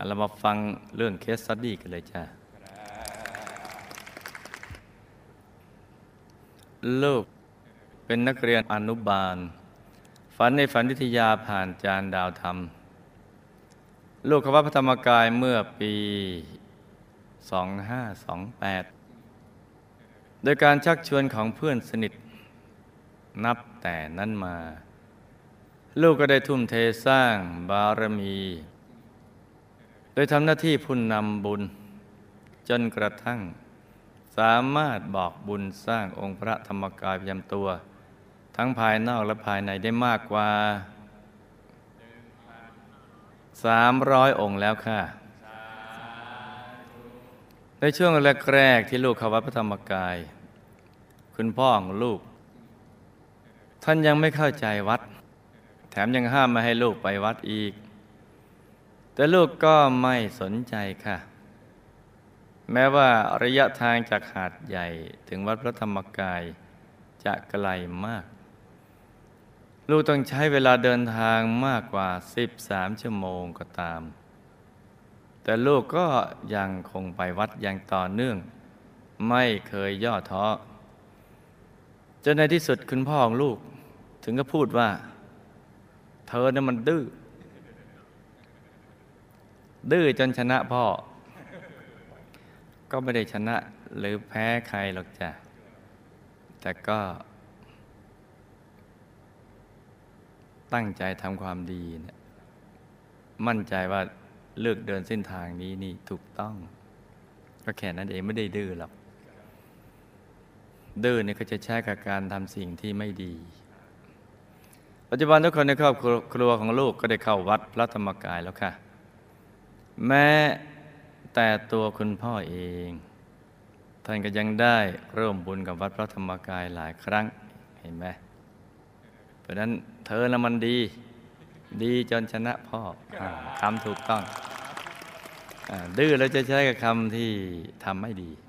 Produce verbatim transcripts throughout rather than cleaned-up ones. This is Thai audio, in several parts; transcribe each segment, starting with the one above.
เรามาฟังเรื่องเคสสตัดดี้กันเลยจ้าลูกเป็นนักเรียนอนุบาลฝันในฝันวิทยาผ่านจานดาวธรรมลูกเข้าวัดพระธรรมกายเมื่อปี สองพันห้าร้อยยี่สิบแปด โดยการชักชวนของเพื่อนสนิทนับแต่นั้นมาลูกก็ได้ทุ่มเทสร้างบารมี โดยทำหน้าที่ผู้นำบุญจนกระทั่งสามารถบอกบุญสร้างองค์พระธรรมกายประจำตัวทั้งภายนอกและภายในได้มากกว่าสามร้อยองค์แล้วค่ะในช่วงแรกๆที่ลูกเข้าวัดพระธรรมกายคุณพ่อของลูกท่านยังไม่เข้าใจวัดแถมยังห้ามไม่ให้ลูกไปวัดอีกแต่ลูกก็ไม่สนใจค่ะแม้ว่าระยะทางจากหาดใหญ่ถึงวัดพระธรรมกายจะไกลมากลูกต้องใช้เวลาเดินทางมากกว่าสิบสามชั่วโมงก็ตามแต่ลูกก็ยังคงไปวัดอย่างต่อเนื่องไม่เคยย่อท้อจนในที่สุดคุณพ่อของลูกถึงก็พูดว่าเธอเนี่ยมันดื้อดื้อจนชนะพ่อก็ไม่ได้ชนะหรือแพ้ใครหรอกจ้ะแต่ก็ตั้งใจทำความดีเนี่ยมั่นใจว่าเลือกเดินเส้นทางนี้นี่ถูกต้องก็แค่นั้นเองไม่ได้ดื้อหรอกดื้อเนี่ยก็จะใช้กับการทำสิ่งที่ไม่ดีปัจจุบันทุกคนในครอบครัวของลูกก็ได้เข้าวัดพระธรรมกายแล้วค่ะแม้แต่ตัวคุณพ่อเองท่านก็ยังได้ร่วมบุญกับวัดพระธรรมกายหลายครั้งเห็นไหมเพราะนั้นเธอละมันดีดีจนชนะพ่อทำถูกต้องดื้อแล้วจะใช้กับคำที่ทำไม่ดี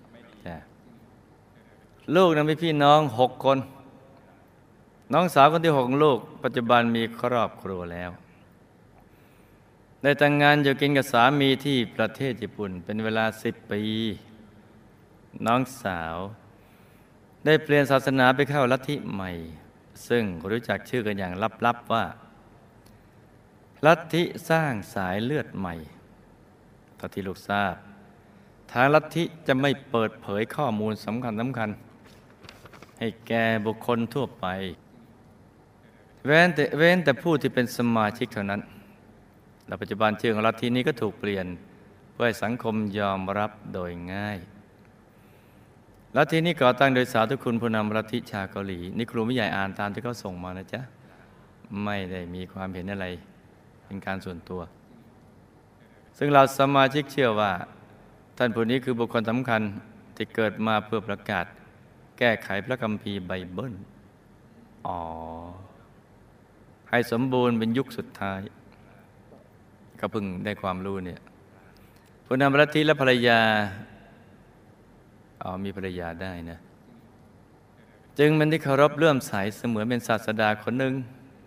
ลูกนั้นมีพี่น้องหกคนน้องสาวคนที่หกของลูกปัจจุบันมีครอบครัวแล้วได้แต่งงานอยู่กินกับสามีที่ประเทศญี่ปุ่นเป็นเวลาสิบปีน้องสาวได้เปลี่ยนศาสนาไปเข้าลัทธิใหม่ซึ่งรู้จักชื่อกันอย่างลับๆว่าลัทธิสร้างสายเลือดใหม่เท่าที่ลูกทราบทางลัทธิจะไม่เปิดเผยข้อมูลสำคัญสำคัญให้แก่บุคคลทั่วไปเว้นแต่เว้นแต่ผู้ที่เป็นสมาชิกเท่านั้นและปัจจุบันชื่อของลัทธินี้ก็ถูกเปลี่ยนเพื่อให้สังคมยอมรับโดยง่ายลัทธินี้ก่อตั้งโดยสาธุคุณผู้นำลัทธิชาวเกาหลีนี่ครูไม่ใหญ่อ่านตามที่เขาส่งมานะจ๊ะไม่ได้มีความเห็นอะไรเป็นการส่วนตัวซึ่งเราสมาชิกเชื่อว่าท่านผู้นี้คือบุคคลสำคัญที่เกิดมาเพื่อประกาศแก้ไขพระคัมภีร์ไบเบิลอ๋อให้สมบูรณ์เป็นยุคสุดท้ายก็เพิ่งได้ความรู้เนี่ยผู้นำลัทธิและภรรยาอ๋อมีภรรยาได้นะจึงเป็นที่เคารพเลื่อมใสเสมือนเป็นศาสดาคนหนึ่ง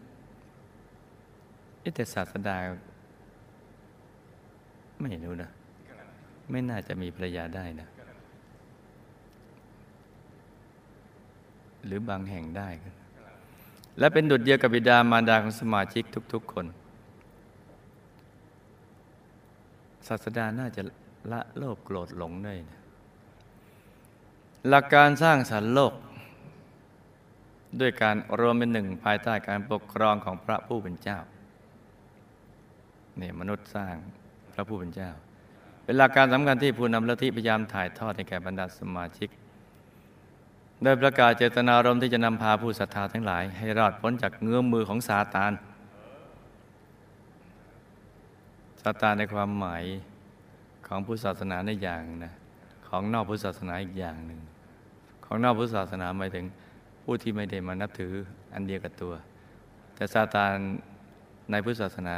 แต่ศาสดาไม่รู้นะไม่น่าจะมีภรรยาได้นะหรือบางแห่งได้กันและเป็นดุจเดียวกับบิดามารดาของสมาชิกทุกๆคนศาสดาน่าจะละโลภโกรธหลงได้นะหลักการสร้างสรรค์โลกด้วยการรวมเป็นหนึ่งภายใต้การปกครองของพระผู้เป็นเจ้าเนี่ยมนุษย์สร้างพระผู้เป็นเจ้าเป็นหลักการสำคัญที่ผู้นำลัทธิพยายามถ่ายทอดให้แก่บรรดาสมาชิกโดยประกาศเจตนารมณ์ที่จะนำพาผู้ศรัทธาทั้งหลายให้รอดพ้นจากเงื้อมมือของซาตานซาตานในความหมายของพุทธศาสนาในอย่างนะของนอกพุทธศาสนาอีกอย่างหนึ่งของนอกพุทธศาสนาหมายถึงผู้ที่ไม่ได้มานับถืออันเดียวกับตัวแต่ซาตานในพุทธศาสนา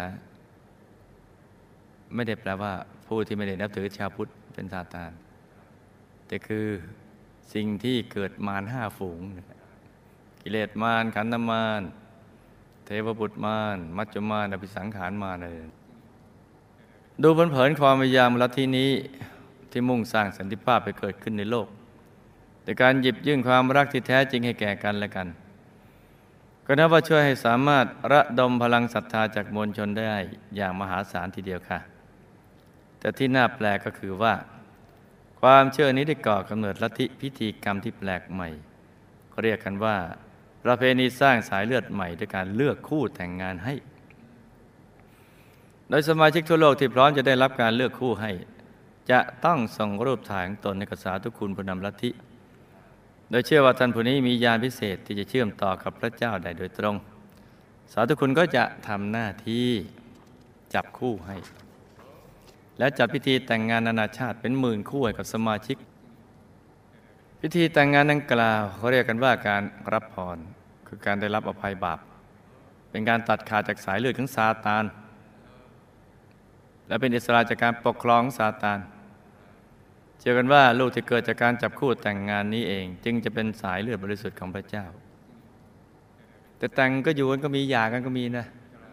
ไม่ได้แปลว่าผู้ที่ไม่ได้นับถือชาวพุทธเป็นซาตานแต่คือสิ่งที่เกิดมารห้าฝูงกิเลสมารขันธมารเทวบุตรมารมัจจุมารอภิสังขารมารอะไรดูเผินๆความพยายามลัทธินี้ที่มุ่งสร้างสันติภาพไปเกิดขึ้นในโลกโดยการหยิบยื่นความรักที่แท้จริงให้แก่กันและกันก็นับว่าช่วยให้สามารถระดมพลังศรัทธาจากมวลชนได้อย่างมหาศาลทีเดียวค่ะแต่ที่น่าแปลกก็คือว่าความเชื่อนี้ได้ก่อกำเนิดลัทธิพิธีกรรมที่แปลกใหม่เขาเรียกกันว่าประเพณีสร้างสายเลือดใหม่ด้วยการเลือกคู่แต่งงานให้โดยสมาชิกทั่วโลกที่พร้อมจะได้รับการเลือกคู่ให้จะต้องส่งรูปถ่ายของตนให้กับสาธุคุณผู้นำลัทธิโดยเชื่อว่าท่านผู้นี้มีญาณพิเศษที่จะเชื่อมต่อกับพระเจ้าได้โดยตรงสาธุคุณก็จะทำหน้าที่จับคู่ให้แล้วจัดพิธีแต่งงานนานาชาติเป็นหมื่นคู่ให้กับสมาชิกพิธีแต่งงานดังกล่าวเขาเรียกกันว่าการรับพรคือการได้รับอภัยบาปเป็นการตัดขาดจากสายเลือดของซาตานและเป็นอิสระจากการปกครองซาตานเชื่อกันว่าลูกที่เกิดจากการจับคู่แต่งงานนี้เองจึงจะเป็นสายเลือดบริสุทธิ์ของพระเจ้าแต่แต่งก็อยู่กันก็มีหย่ากันก็มีนะ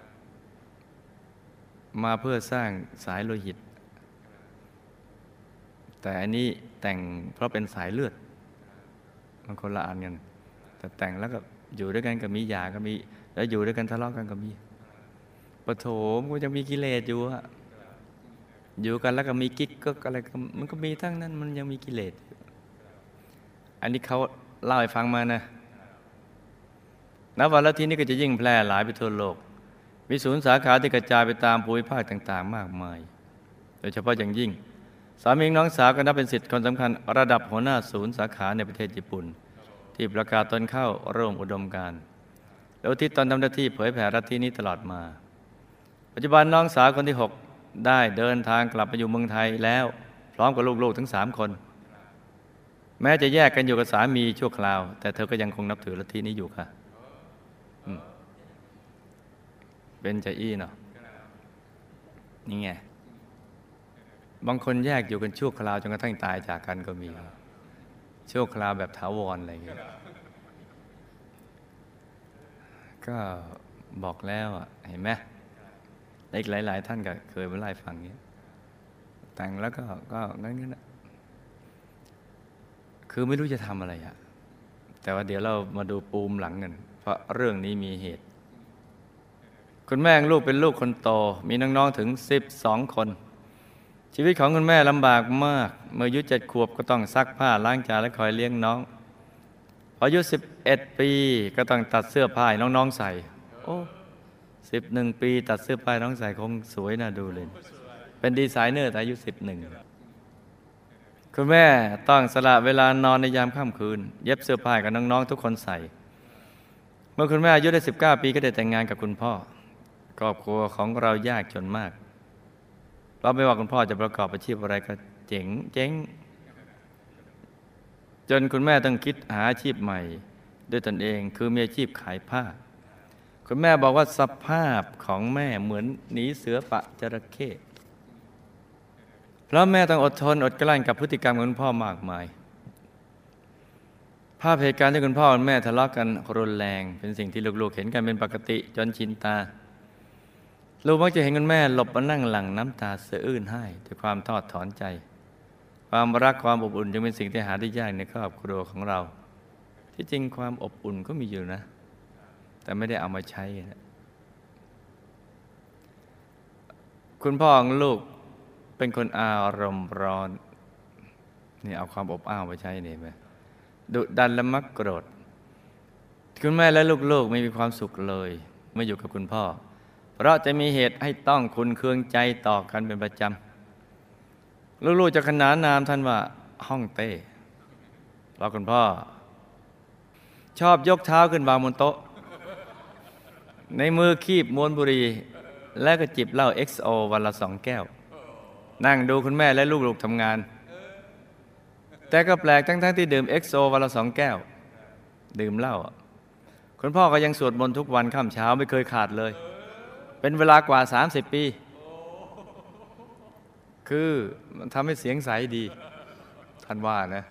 มาเพื่อสร้างสายโลหิตแต่อันนี้แต่งเพราะเป็นสายเลือดมันคนละอันกันแต่แต่งแล้วก็อยู่ด้วยกันก็มีหย่าก็มีแล้วอยู่ด้วยกันทะเลาะกันก็มีปะโถมก็ยังมีกิเลสอยู่อะอยู่กันแล้วก็มีกิ๊กก็อะไรมันก็มีทั้งนั้นมันยังมีกิเลสอันนี้เขาเล่าให้ฟังมานะนับวันแล้วที่นี้ก็จะยิ่งแพร่หลายไปทั่วโลกมีศูนย์สาขาที่กระจายไปตามภูมิภาคต่างๆมากมายโดยเฉพาะอย่างยิ่งสามีน้องสาวก็นับเป็นศิษย์คนสำคัญระดับหัวหน้าศูนย์สาขาในประเทศญี่ปุ่นที่ประกาศตนเข้าร่วมอุดมการณ์แล้วที่ตอนทำหน้าที่เผยแผ่ลัทธินี้ตลอดมาปัจจุบันน้องสาวคนที่หกได้เดินทางกลับมาอยู่เมืองไทยแล้วพร้อมกับลูกๆทั้งสามคนแม้จะแยกกันอยู่กับสามีชั่วคราวแต่เธอก็ยังคงนับถือลัทธินี้อยู่ค่ะเป็นใจอี้เนาะนี่ไงบางคนแยกอยู่กันชั่วคราวจนกระทั่งตายจากกันก็มีชั่วคราวแบบถาวรอะไรอย่างเงี้ยก็บอกแล้วอ่ะเห็นไหมอีกหลายๆท่านก็เคยมาไล่ฟังนี้แต่งแล้วก็ก็งั้นๆนะคือไม่รู้จะทำอะไรอ่ะแต่ว่าเดี๋ยวเรามาดูปูมหลังกันเพราะเรื่องนี้มีเหตุคุณแม่ลูกเป็นลูกคนโตมีน้องๆถึงสิบสองคนชีวิตของคุณแม่ลำบากมากเมื่ออายุเจ็ดขวบก็ต้องซักผ้าล้างจานและคอยเลี้ยงน้องพออายุสิบเอ็ดปีก็ต้องตัดเสื้อผ้าให้น้องๆใส่โอ้สิบหนึ่งปีตัดเสื้อผ้าน้องใส่คงสวยน่าดูเลยเป็นดีไซเนอร์แต่อายุสิบหนึ่งคุณแม่ต้องสละเวลานอนในยามค่ำคืนเย็บเสื้อผ้ากับน้องๆทุกคนใส่เมื่อคุณแม่อายุได้สิบเก้าปีก็ได้แต่งงานกับคุณพ่อครอบครัวของเรายากจนมากเราไม่ว่าคุณพ่อจะประกอบอาชีพอะไรก็เจ๋งเจ๊งจนคุณแม่ต้องคิดหาอาชีพใหม่ด้วยตนเองคือมีอาชีพขายผ้าคุณแม่บอกว่าสภาพของแม่เหมือนหนีเสือปะจระเข้เพราะแม่ต้องอดทนอดกลั้นกับพฤติกรรมของคุณพ่อมากมายภาพเหตุการณ์ที่คุณพ่อและแม่ทะเลาะกันรุนแรงเป็นสิ่งที่ลูกๆเห็นกันเป็นปกติจนชินตาลูกมักจะเห็นคุณแม่หลบมานั่งหลั่งน้ำตาสะอื้นไห้ด้วยความทอดถอนใจความรักความอบอุ่นจึงเป็นสิ่งที่หาได้ยากในครอบครัวของเราที่จริงความอบอุ่นก็มีอยู่นะแต่ไม่ได้เอามาใช้นะคุณพ่อของลูกเป็นคนอารมณ์ร้อนนี่เอาความอบอ้าวมาใช้นี่ไหมดุดันและมักโกรธคุณแม่และลูกๆไม่มีความสุขเลยเมื่ออยู่กับคุณพ่อเพราะจะมีเหตุให้ต้องคุณเคืองใจต่อกันเป็นประจำลูกๆจะขนานนามท่านว่าฮ่องเต้เพราะคุณพ่อชอบยกเท้าขึ้นวางบนโต๊ะในมือคีบม้วนบุหรี่และก็จิบเหล้า เอ็กซ์ โอ วันละสองแก้วนั่งดูคุณแม่และลูกๆทำงานแต่ก็แปลกทั้งๆที่ดื่ม เอ็กซ์ โอ วันละสองแก้วดื่มเหล้าคุณพ่อก็ยังสวดมนต์ทุกวันค่ำเช้าไม่เคยขาดเลยเป็นเวลากว่าสามสิบปีคือมันทำให้เสียงใสดีท่านว่านะ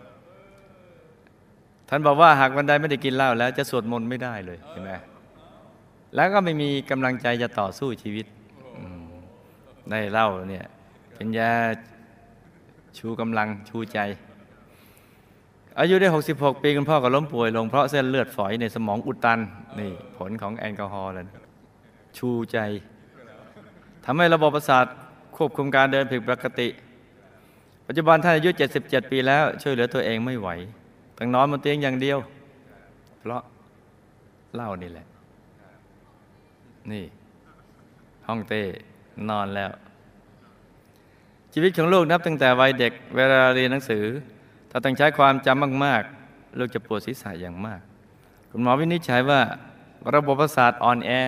ท่านบอกว่าหากวันใดไม่ได้กินเหล้าแล้วจะสวดมนต์ไม่ได้เลยเห็นไหมแล้วก็ไม่มีกำลังใจจะต่อสู้ชีวิตได้เหล้าเนี่ยเป็นยาชูกำลังชูใจอายุได้หกสิบหกปีคุณพ่อก็ล้มป่วยลงเพราะเส้นเลือดฝอยในสมองอุดตันนี่ผลของแอลกอฮอล์เลยชูใจทำให้ระบบประสาทควบคุมการเดินผิดปกติปัจจุบันท่านอายุเจ็ดสิบเจ็ดปีแล้วช่วยเหลือตัวเองไม่ไหวต้องนอนบนเตียงอย่างเดียวเพราะเหล้านี่แหละนี่ห้องเต้นอนแล้วชีวิตของลูกนับตั้งแต่วัยเด็กเวลาเรียนหนังสือถ้าต้องใช้ความจำมากๆลูกจะปวดศีรษะอย่างมากคุณหมอวินิจฉัยว่าระบบประสาทอ่อนแอ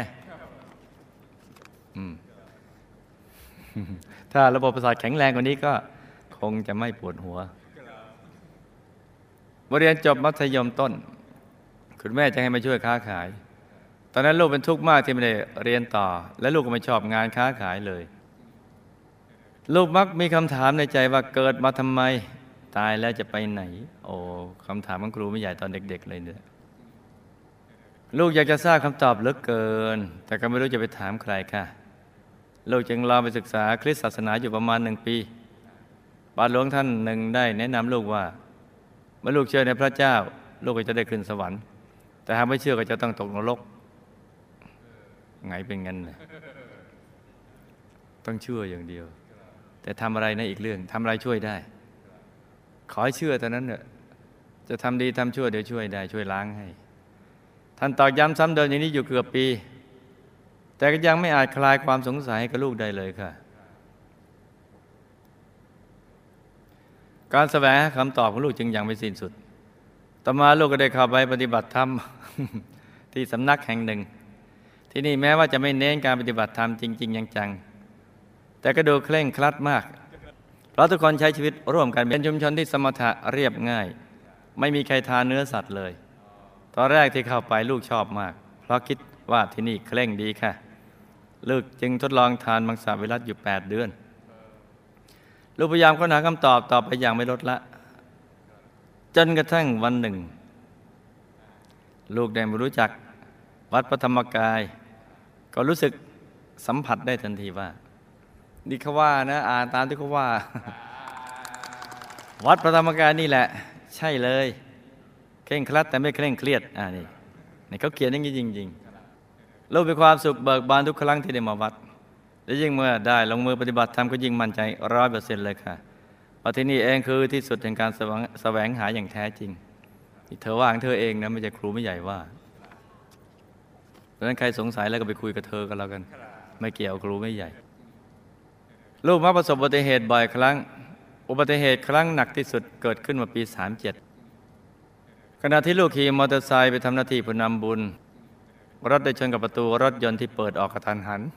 ถ้าระบบประสาทแข็งแรงกว่านี้ก็คงจะไม่ปวดหัวเรียนจบมัธยมต้นคุณแม่จะให้มาช่วยค้าขายตอนนั้นลูกเป็นทุกข์มากที่ไม่ได้เรียนต่อและลูกก็ไม่ชอบงานค้าขายเลยลูกมักมีคำถามในใจว่าเกิดมาทำไมตายแล้วจะไปไหนโอ้คำถามของครูไม่ใหญ่ตอนเด็กๆเลยเนี่ยลูกอยากจะทราบคำตอบเหลือเกินแต่ก็ไม่รู้จะไปถามใครค่ะลูกจึงลองไปศึกษาคริสตศาสนาอยู่ประมาณหนึ่งปีบาทหลวงท่านหนึ่งได้แนะนำลูกว่าเมื่อลูกเชื่อในพระเจ้าลูกก็จะได้ขึ้นสวรรค์แต่หากไม่เชื่อก็จะต้องตกนรกไงเป็นงั้นเลยต้องเชื่ออย่างเดียวแต่ทำอะไรนะอีกเรื่องทำอะไรช่วยได้ขอให้เชื่อเท่านั้นเนอะจะทำดีทำชั่วเดี๋ยวช่วยได้ช่วยล้างให้ท่านตอกย้ำซ้ำเดิมอย่างนี้อยู่เกือบปีแต่ก็ยังไม่อาจคลายความสงสัยให้กับลูกได้เลยค่ะการแสวงหาคำตอบของลูกจึงยังไม่สิ้นสุดต่อมาลูกก็ได้เข้าไปปฏิบัติธรรม ที่สำนักแห่งหนึ่งที่นี่แม้ว่าจะไม่เน้นการปฏิบัติธรรมจริงๆจังๆแต่ก็ดูเคร่งครัดมากเพราะทุกคนใช้ชีวิตร่วมกันเป็นชุมชนที่สมถะเรียบง่ายไม่มีใครทานเนื้อสัตว์เลยตอนแรกที่เข้าไปลูกชอบมากเพราะคิดว่าที่นี่เคร่งดีค่ะลูกจึงทดลองทานมังสวิรัติอยู่แปดเดือนลูกพยายามค้นหาคำตอบต่อไปอย่างไม่ลดละจนกระทั่งวันหนึ่งลูกได้มารู้จักวัดพระธรรมกายก็รู้สึกสัมผัสได้ทันทีว่านี่เขาว่านะอ่านตามที่เขาว่า วัดพระธรรมกายนี่แหละใช่เลยเคร่งครัดแต่ไม่เคร่งเครียดอ่านี่นี่เขาเขียนอย่างนี้จริงๆลูกมีความสุขเบิกบานทุกครั้งที่ได้มาวัดและยิ่งเมื่อได้ลงมือปฏิบัติธรรมก็ยิ่งมั่นใจร้อยเปอร์เซ็นต์เลยค่ะเพราะที่นี่เองคือที่สุดแห่งการแสวงหาอย่างแท้จริงเธอว่าของเธอเองนะไม่ใช่ครูไม่ใหญ่ว่าดังนั้นใครสงสัยแล้วก็ไปคุยกับเธอกันแล้วกันไม่เกี่ยวครูไม่ใหญ่ลูกมักประสบอุบัติเหตุบ่อยครั้งอุบัติเหตุครั้งหนักที่สุดเกิดขึ้นเมื่อปีสามเจ็ดขณะที่ลูกขี่มอเตอร์ไซค์ไปทำหน้าที่ผู้นำบุญรถได้ชนกับประตูรถยนต์ที่เปิดออกกระทันหัน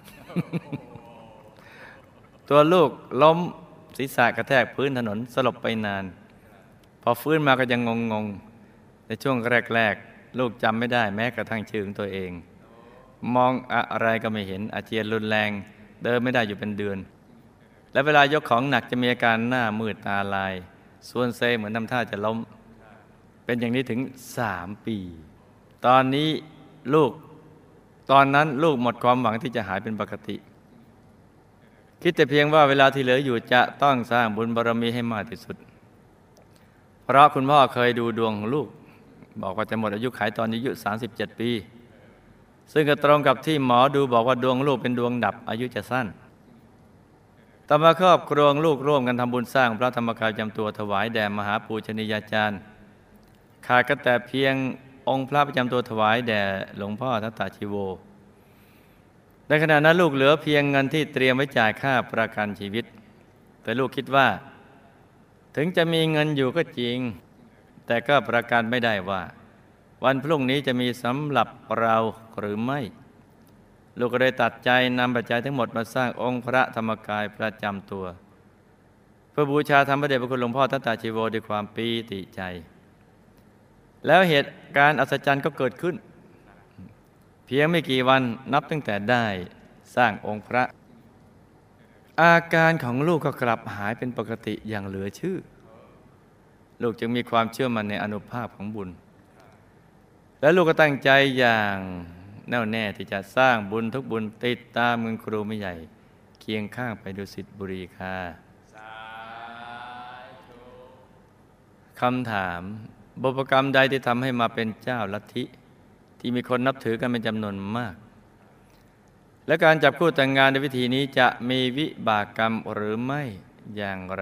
ตัวลูกล้มศีรษะกระแทกพื้นถนนสลบไปนานพอฟื้นมาก็ยังงงๆในช่วงแรกๆลูกจำไม่ได้แม้กระทั่งชื่อของตัวเองมองอะไรก็ไม่เห็นอาเจียนรุนแรงเดินไม่ได้อยู่เป็นเดือนและเวลายกของหนักจะมีอาการหน้ามืดตาลายส่วนเซเหมือนทำท่าจะล้มเป็นอย่างนี้ถึงสามปีตอนนี้ลูกตอนนั้นลูกหมดความหวังที่จะหายเป็นปกติคิดแต่เพียงว่าเวลาที่เหลืออยู่จะต้องสร้างบุญบารมีให้มากที่สุดเพราะคุณพ่อเคยดูดวงของลูกบอกว่าจะหมดอายุขัยตอนอายุสามสิบเจ็ดปีซึ่งก็ตรงกับที่หมอดูบอกว่าดวงลูกเป็นดวงดับอายุจะสั้นต่อมาครอบครัวลูกร่วมกันทำบุญสร้างพระธรรมกายประจำตัวถวายแด่มหาปูชนียาจารย์ขาดก็แต่เพียงองค์พระประจำตัวถวายแด่หลวงพ่อทัตตาชีโวในขณะนั้นลูกเหลือเพียงเงินที่เตรียมไว้จ่ายค่าประกันชีวิตแต่ลูกคิดว่าถึงจะมีเงินอยู่ก็จริงแต่ก็ประกันไม่ได้ว่าวันพรุ่งนี้จะมีสำหรับเราหรือไม่ลูกก็ได้ตัดใจนำปัจจัยทั้งหมดมาสร้างองค์พระธรรมกายประจำตัวเพื่อบูชาธรรมพระเดชพระคุณหลวงพ่อทัตตาชีโวด้วยความปีติใจแล้วเหตุการณ์อัศจรรย์ก็เกิดขึ้นเพียงไม่กี่วันนับตั้งแต่ได้สร้างองค์พระอาการของลูกก็กลับหายเป็นปกติอย่างเหลือเชื่อลูกจึงมีความเชื่อมั่นในอานุภาพของบุญและลูกก็ตั้งใจอย่างแน่วแน่ที่จะสร้างบุญทุกบุญติดตามเงินครูไม่ใหญ่เคียงข้างไปดุสิตบุรีค่ะคำถามบุพกรรมใดที่ทำให้มาเป็นเจ้าลัทธิที่มีคนนับถือกันเป็นจำนวนมาก และการจับคู่แต่งงานในวิธีนี้จะมีวิบากกรรมหรือไม่อย่างไร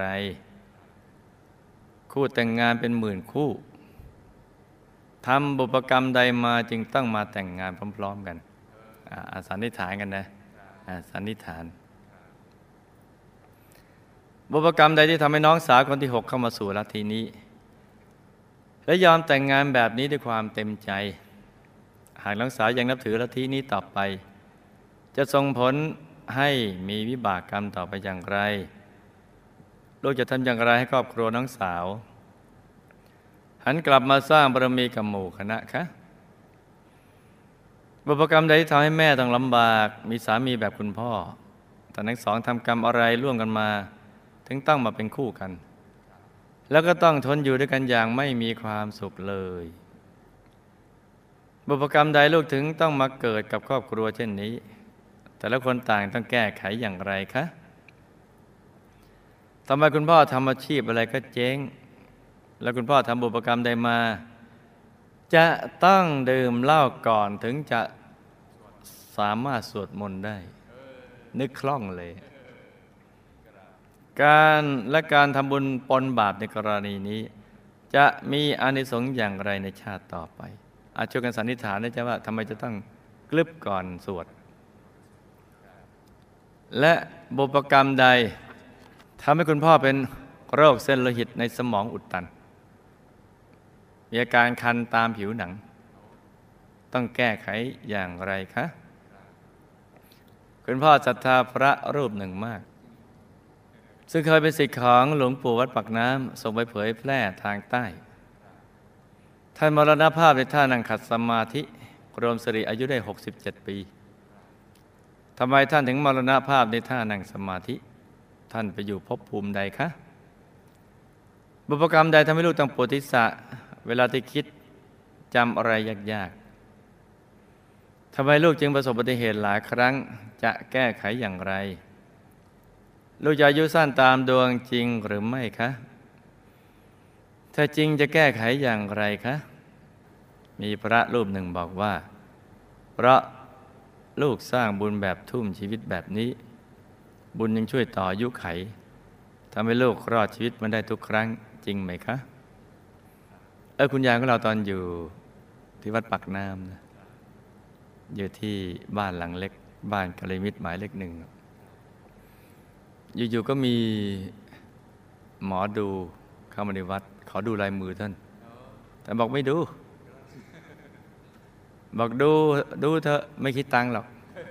คู่แต่งงานเป็นหมื่นคู่ทำบุพกรรมใดมาจึงต้องมาแต่งงานพร้อมๆกันอ่าสันนิษฐานกันนะสันนิษฐานบุพกรรมใดที่ทำให้น้องสาวคนที่หกเข้ามาสู่ลัทธินี้และยอมแต่งงานแบบนี้ด้วยความเต็มใจหากน้องสาวยังนับถือลัทธินี้ต่อไปจะส่งผลให้มีวิบากกรรมต่อไปอย่างไรลูกจะทำอย่างไรให้ครอบครัวน้องสาวหันกลับมาสร้างบารมีกับหมู่คณะคะบุพกรรมใดที่ทำให้แม่ต้องลำบากมีสามีแบบคุณพ่อแต่ทั้งสองทำกรรมอะไรร่วมกันมาถึงต้องมาเป็นคู่กันแล้วก็ต้องทนอยู่ด้วยกันอย่างไม่มีความสุขเลยบุพกรรมใดลูกถึงต้องมาเกิดกับครอบครัวเช่นนี้แต่ละคนต่างต้องแก้ไขอย่างไรคะทำไมคุณพ่อทำอาชีพอะไรก็เจ๊งแล้วคุณพ่อทำบุพกรรมใดมาจะต้องดื่มเหล้าก่อนถึงจะสามารถสวดมนต์ได้นึกคล่องเลยการและการทำบุญปนบาปในกรณีนี้จะมีอานิสงส์อย่างไรในชาติต่อไปอาจช่วยกันสันนิษฐานได้ใช่ว่าทำไมจะต้องกลึบก่อนสวดและบุพกรรมใดทำให้คุณพ่อเป็นโรคเส้นโลหิตในสมองอุดตันมีอาการคันตามผิวหนังต้องแก้ไขอย่างไรคะคุณพ่อศรัทธาพระรูปหนึ่งมากซึ่งเคยเป็นศิษย์ของหลวงปู่วัดปากน้ำส่งไปเผยแพร่ทางใต้ท่านมรณภาพในท่านั่งขัดสมาธิรวมสิริอายุได้หกสิบเจ็ดปีทำไมท่านถึงมรณภาพในท่านั่งสมาธิท่านไปอยู่ภพภูมิใดคะบุพกรรมใดทำให้ลูกต้องปวดทิศะเวลาที่คิดจำอะไรยากๆทำไมลูกจึงประสบอุบัติเหตุหลายครั้งจะแก้ไขอย่างไรลูกจะอายุสั้นตามดวงจริงหรือไม่คะถ้าจริงจะแก้ไขอย่างไรคะมีพระรูปหนึ่งบอกว่าเพราะลูกสร้างบุญแบบทุ่มชีวิตแบบนี้บุญยังช่วยต่ออายุไขทำให้ลูกรอดชีวิตมาได้ทุกครั้งจริงไหมคะเออคุณยายของเราตอนอยู่ที่วัดปากน้ำนะอยู่ที่บ้านหลังเล็กบ้านกัลยาณมิตรหมายเลขหนึ่งอยู่ๆก็มีหมอดูเข้ามาในวัดขอดูลายมือท่านแต่บอกไม่ดูบอกดูดูเถอะไม่คิดตังค์หรอก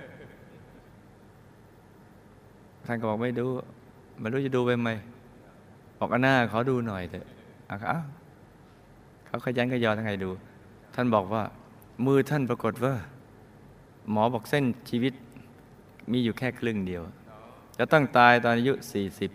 ท่านก็บอกไม่ดูไม่รู้จะดูไปไหมบอกอันหน้าขอดูหน่อยเถอะอ้าวเขาขยันขยอทั้งไงดูท่านบอกว่ามือท่านปรากฏว่าหมอบอกเส้นชีวิตมีอยู่แค่ครึ่งเดียวจะต้องตายตอนอายุสี่สิบ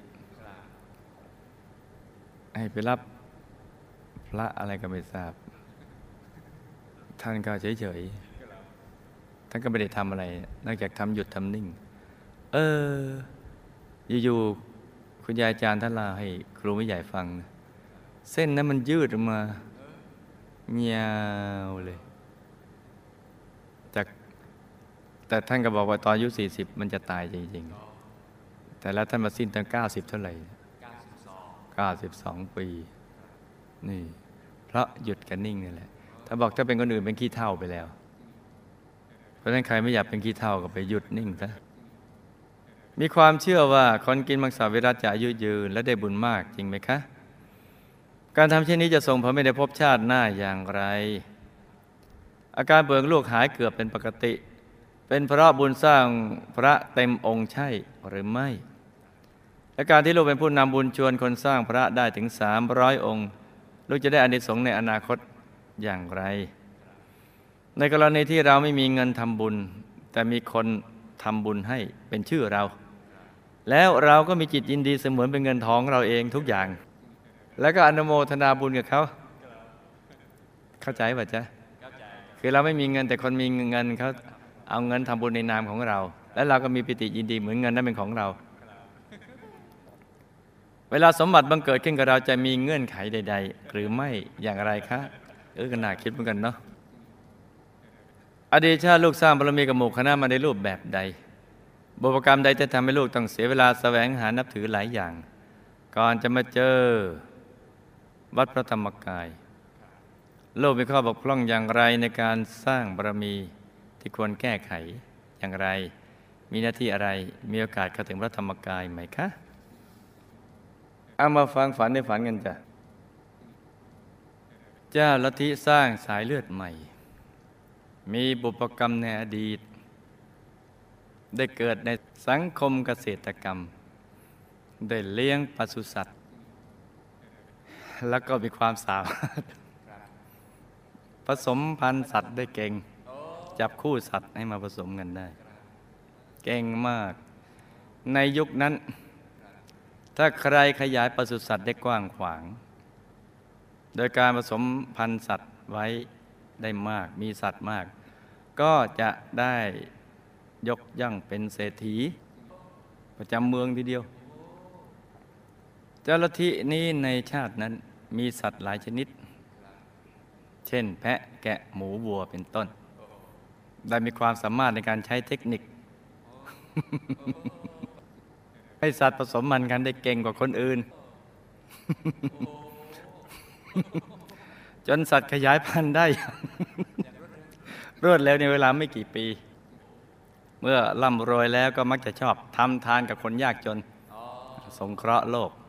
ให้ไปรับพระอะไรก็ไม่ทราบท่านก็เฉยๆท่านก็ไม่ได้ทำอะไรนอกจากทำหยุดทำนิ่งเอออยู่ๆคุณยายอาจารย์ท่านเล่าให้ครูไม่ใหญ่ฟังนะเส้นนั้นมันยืดออกมายาวเลยจากแต่ท่านก็บอกว่าตอนอายุสี่สิบมันจะตายจริงๆแต่แล้วท่านมาสิ้นตอนเก้าสิบเท่าไหร่เก้าสิบสองปีนี่เพราะหยุดกันนิ่งนี่แหละถ้าบอกถ้าเป็นคนอื่นเป็นขี้เถ้าไปแล้วเพราะฉะนั้นใครไม่อยากเป็นขี้เถ้าก็ไปหยุดนิ่งซะมีความเชื่อว่าคนกินมังสวิรัติจะอายุยืนและได้บุญมากจริงไหมคะการทำเช่นนี้จะส่งผลให้ได้พบชาติหน้าอย่างไรอาการเบื่อลูกหายเกือบเป็นปกติเป็นเพราะบุญสร้างพระเต็มองค์ใช่หรือไม่และการที่ลูกเป็นผู้นำบุญชวนคนสร้างพระได้ถึงสามร้อยองค์ลูกจะได้อานิสงส์ในอนาคตอย่างไรในกรณีที่เราไม่มีเงินทำบุญแต่มีคนทำบุญให้เป็นชื่อเราแล้วเราก็มีจิตยินดีเสมือนเป็นเงินทองเราเองทุกอย่างแล้วก็อนุโมทนาบุญกับเขาเข้าใจป่ะจ๊ะคือเราไม่มีเงินแต่คนมีเงินเขาเอาเงินทำบุญในนามของเราและเราก็มีปิติยินดีเหมือนเงินนั้นเป็นของเราเวลาสมบัติบังเกิดขึ้นกับเราจะมีเงื่อนไขใดๆหรือไม่อย่างไรคะเออก็น่าคิดเหมือนกันเนาะอดีตชาติลูกสร้างบารมีกับหมู่คณะมาในรูปแบบใดบุพกรรมใดจะทำให้ลูกต้องเสียเวลาแสวงหานับถือหลายอย่างก่อนจะมาเจอวัดพระธรรมกายลูกมีข้อบกพร่องอย่างไรในการสร้างบารมีที่ควรแก้ไขอย่างไรมีหน้าที่อะไรมีโอกาสเข้าถึงพระธรรมกายไหมคะเอามาฟังฝันในฝันกันจ้ะเจ้าลัทธิสร้างสายเลือดใหม่มีบุพกรรมในอดีตได้เกิดในสังคมเกษตรกรรมได้เลี้ยงปศุสัตว์แล้วก็มีความสามารถผสมพันธุ์สัตว์ได้เก่งจับคู่สัตว์ให้มาผสมกันได้เก่งมากในยุคนั้นถ้าใครขยายปศุสัตว์ได้กว้างขวางโดยการผสมพันธุ์สัตว์ไว้ได้มากมีสัตว์มากก็จะได้ยกย่องเป็นเศรษฐีประจำเมืองทีเดียวเจ้าลัทธินี้ในชาตินั้นมีสัตว์หลายชนิดเช่นแพะแกะหมูวัวเป็นต้นได้มีความสามารถในการใช้เทคนิค ให้สัตว์ผสมมันกันได้เก่งกว่าคนอื่น จนสัตว์ขยายพันธุ์ได้ รวดเร็วในเวลาไม่กี่ปีเมื่อร่ำรวยแล้วก็มักจะชอบทำทานกับคนยากจนสงเคราะห์โลก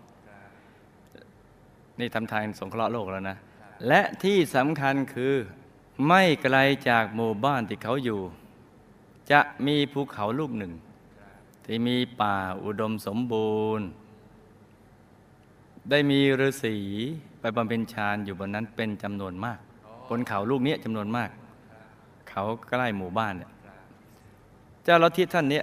นี่ทำทานสงเคราะห์โลกแล้วนะและที่สำคัญคือไม่ไกลจากหมู่บ้านที่เขาอยู่จะมีภูเขาลูกหนึ่งที่มีป่าอุดมสมบูรณ์ได้มีฤาษีไปบำเพ็ญฌานอยู่บนนั้นเป็นจำนวนมากบนเขาลูกนี้จำนวนมากเขาใกล้หมู่บ้านเนี่ยเจ้าลัทธิท่านเนี้ย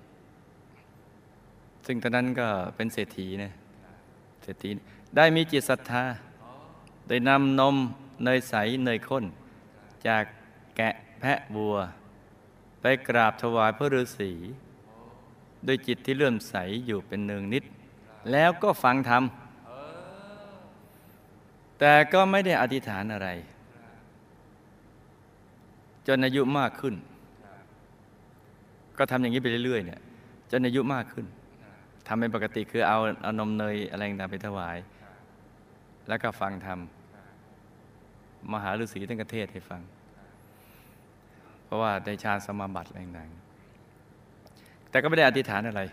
ซึ่งตอนนั้นก็เป็นเศรษฐีนะเศรษฐีได้มีจิตศรัทธาโดยนำนมเนยใสเนยข้นจากแกะแพะวัวไปกราบถวายพระฤาษีด้วยจิตที่เลื่อมใสอยู่เป็นเนืองนิดแล้วก็ฟังธรรมแต่ก็ไม่ได้อธิษฐานอะไรจนอายุมากขึ้นก็ทำอย่างนี้ไปเรื่อยๆเนี่ยจนอายุมากขึ้นทำเป็นปกติคือเอาเอานมเนยอะไรต่างๆไปถวายแล้วก็ฟังธรรมมหาฤาษีท่านก็เทศน์ให้ฟังเพราะว่าได้ฌานสมาบัติอะไรต่างๆแต่ก็ไม่ได้อธิษฐานอะไร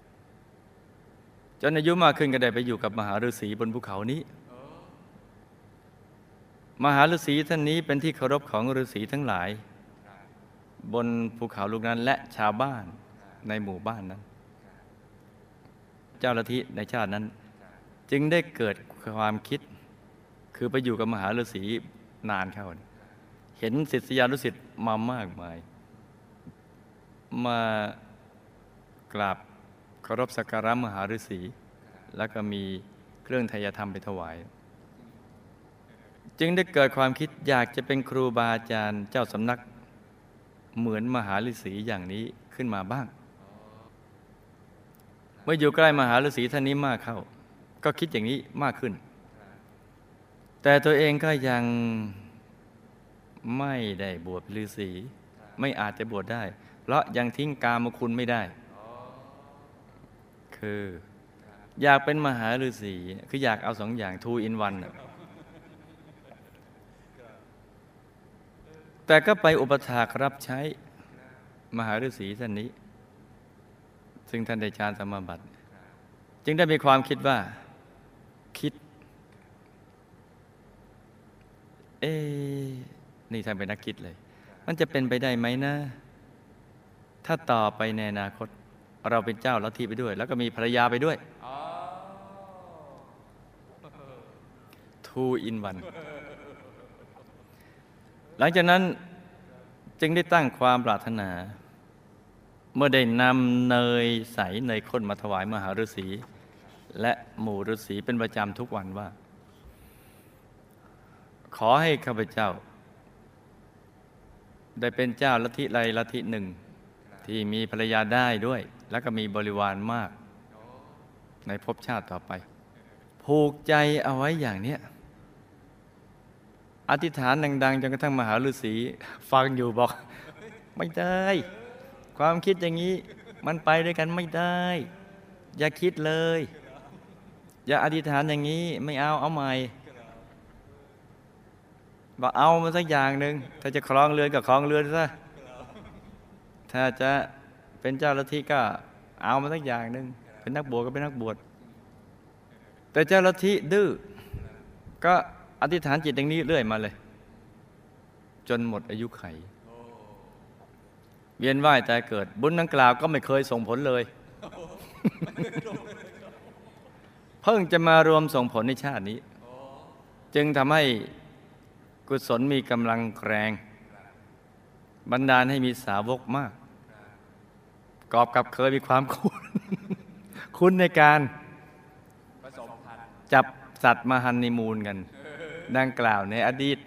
จนอายุมากขึ้นก็ได้ไปอยู่กับมหาฤาษีบนภูเขานี้มหาฤาษีท่านนี้เป็นที่เคารพของฤาษีทั้งหลายบนภูเขาลูกนั้นและชาวบ้านในหมู่บ้านนั้นเจ้าลัทธิในชาตินั้นจึงได้เกิดความคิดคือไปอยู่กับมหาฤาษีนานเข้าเห็นศิษยานุศิษย์มามากมายมากราบเคารพสักการะมหาฤาษีแล้วก็มีเครื่องไทยธรรมไปถวายจึงได้เกิดความคิดอยากจะเป็นครูบาอาจารย์เจ้าสำนักเหมือนมหาฤาษีอย่างนี้ขึ้นมาบ้างเมื่ออยู่ใกล้มหาฤาษีท่านนี้มากเข้าก็คิดอย่างนี้มากขึ้นแต่ตัวเองก็ยังไม่ได้บวชฤาษีไม่อาจจะบวชได้เพราะยังทิ้งกามคุณไม่ได้คืออยากเป็นมหาฤาษีคืออยากเอาสองอย่าง two in one แต่ก็ไปอุปถากรับใช้มหาฤาษีท่านนี้ซึ่งท่านได้ฌานสมาบัติจึงได้มีความคิดว่าคิดเอ๊ะนี่ท่านเป็นนักคิดเลยมันจะเป็นไปได้ไหมนะถ้าต่อไปในอนาคตเราเป็นเจ้าลัทธิไปด้วยแล้วก็มีภรรยาไปด้วย two in one หลังจากนั้นจึงได้ตั้งความปรารถนาเมื่อได้นำเนยใสเนยข้นมาถวายมหาฤาษีและหมู่ฤาษีเป็นประจำทุกวันว่าขอให้ข้าพเจ้าได้เป็นเจ้าลัทธิใดลัทธิหนึ่งทที่มีภรรยาได้ด้วยแล้วก็มีบริวารมากในภพชาติต่อไปผูกใจเอาไว้อย่างเนี้ยอธิษฐานดังๆจนกระทั่งมหาฤาษีฟังอยู่บอกไม่ได้ความคิดอย่างนี้มันไปด้วยกันไม่ได้อย่าคิดเลยอย่าอธิษฐานอย่างนี้ไม่เอาเอาใหม่บอกเอามาสักอย่างหนึ่งถ้าจะครองเรือนก็ครองเรือนซะถ้าจะเป็นเจ้าลัทธิก็เอามาสักอย่างหนึ่งเป็นนักบวชก็เป็นนักบวชแต่เจ้าลัทธิดื้อก็อธิษฐานจิตอย่างนี้เรื่อยมาเลยจนหมดอายุไขเวียนว่ายตายเกิดบุญดังกล่าวก็ไม่เคยส่งผลเลยเพิ่งจะมารวมส่งผลในชาตินี้จึงทำให้กุศลมีกำลังแรงบันดาลให้มีสาวกมากกอบกับเคยมีความคุ้นคุ้นในการจับสัตว์มาฮันนีมูนกันดังกล่าวในอดีต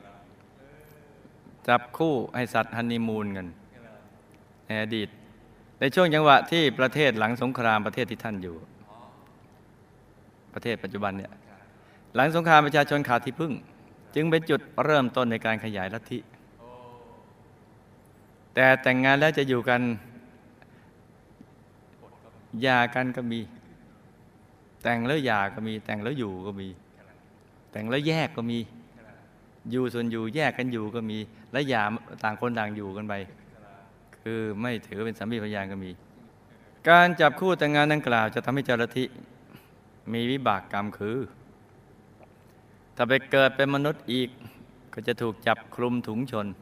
จับคู่ให้สัตว์ฮันนีมูนกันในอดีตในช่วงจังหวะที่ประเทศหลังสงครามประเทศที่ท่านอยู่ประเทศปัจจุบันเนี่ยหลังสงครามประชาชนขาดที่พึ่งจึงเป็นจุดเริ่มต้นในการขยายลัทธิแต่แต่งงานแล้วจะอยู่กันหย่ากันก็มีแต่งแล้วหย่าก็มีแต่งแล้วอยู่ก็มีแต่งแล้วแยกก็มีอยู่ส่วนอยู่แยกกันอยู่ก็มีและหย่าต่างคนต่างอยู่กันไปคือไม่ถือเป็นสามีภรรยาก็มีการจับคู่แต่งงานดังกล่าวจะทำให้เจ้าลัทธิมีวิบากกรรมคือถ้าไปเกิดเป็นมนุษย์อีกก็จะถูกจับคลุมถุงชน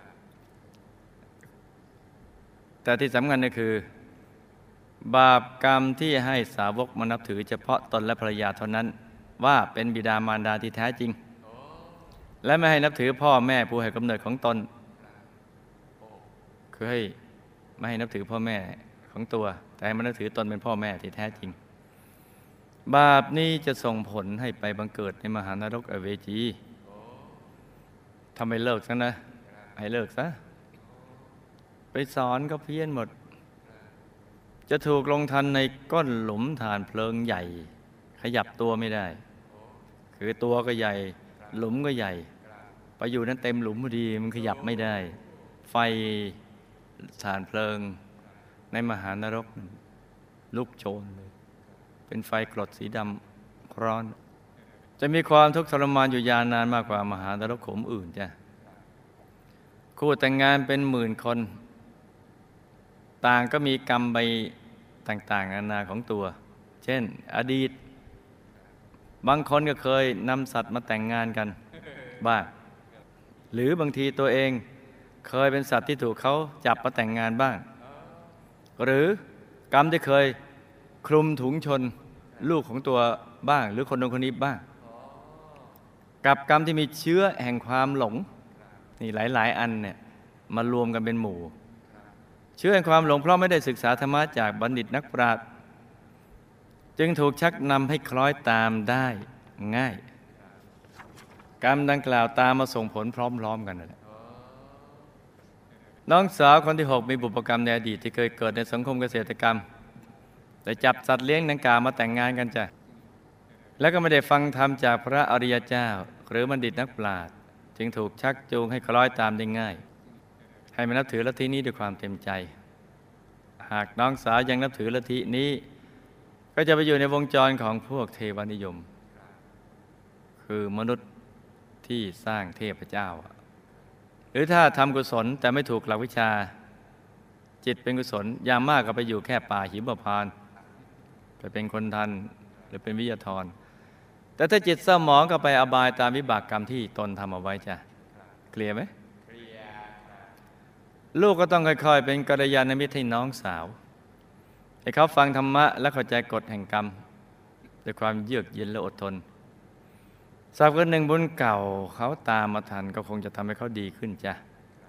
แต่ที่สำคัญก็คือบาปกรรมที่ให้สาวกมานับถือเฉพาะตนและภรรยาเท่านั้นว่าเป็นบิดามารดาที่แท้จริงและไม่ให้นับถือพ่อแม่ผู้ให้กำเนิดของตนคือให้ไม่ให้นับถือพ่อแม่ของตัวแต่ให้มันนับถือตนเป็นพ่อแม่ที่แท้จริงบาปนี้จะส่งผลให้ไปบังเกิดในมหานรกอเวจีทำไมเลิกซะนะให้เลิกซะไปสอนก็เพี้ยนหมดจะถูกลงทันในก้นหลุมฐานเพลิงใหญ่ขยับตัวไม่ได้คือตัวก็ใหญ่หลุมก็ใหญ่ไปอยู่นั้นเต็มหลุมพอดีมันขยับไม่ได้ไฟฐานเพลิงในมหานรกลุกโชนเลยเป็นไฟกรดสีดำร้อนจะมีความทุกข์ทรมานอยู่ยาวนานมากกว่ามหานรกขมอื่นจ้ะคู่แต่งงานเป็นหมื่นคนต่างก็มีกรรมไปต่างๆนานาของตัวเช่นอดีตบางคนก็เคยนำสัตว์มาแต่งงานกันบ้างหรือบางทีตัวเองเคยเป็นสัตว์ที่ถูกเขาจับมาแต่งงานบ้างหรือกรรมที่เคยคลุมถุงชนลูกของตัวบ้างหรือคนนู้นคนนี้บ้างกับกรรมที่มีเชื้อแห่งความหลงนี่หลายๆอันเนี่ยมารวมกันเป็นหมู่เชื้อแห่งความหลงเพราะไม่ได้ศึกษาธรรมะจากบัณฑิตนักปราชญ์จึงถูกชักนำให้คล้อยตามได้ง่ายกรรมดังกล่าวตามมาส่งผลพร้อมๆกันนั่นแหละน้องสาวคนที่หกมีบุพกรรมในอดีตที่เคยเกิดในสังคมเกษตรกรรมแต่จับสัตว์เลี้ยงดังกล่าวมาแต่งงานกันจ้ะแล้วก็ไม่ได้ฟังธรรมจากพระอริยเจ้าหรือบัณฑิตนักปราชญ์จึงถูกชักจูงให้คล้อยตามได้ง่ายให้มานับถือลัทธินี้ด้วยความเต็มใจหากน้องสาวยังนับถือลัทธินี้ก็จะไปอยู่ในวงจรของพวกเทวานิยมคือมนุษย์ที่สร้างเทพเจ้าหรือถ้าทำกุศลแต่ไม่ถูกหลักวิชาจิตเป็นกุศลอย่างมากก็ไปอยู่แค่ป่าหิมพานต์ไปเป็นคนทันหรือเป็นวิทยาธรแต่ถ้าจิตเศร้าหมองก็ไปอบายตามวิบากกรรมที่ตนทำเอาไว้จ้ะเคลียร์ไหมลูกก็ต้องค่อยๆเป็นกัลยาณมิตรให้น้องสาวให้เขาฟังธรรมะและเข้าใจกฎแห่งกรรมด้วยความเยือกเย็นและอดทนสักวันหนึ่งบุญเก่าเขาตามมาทันก็คงจะทำให้เขาดีขึ้นจ้ะ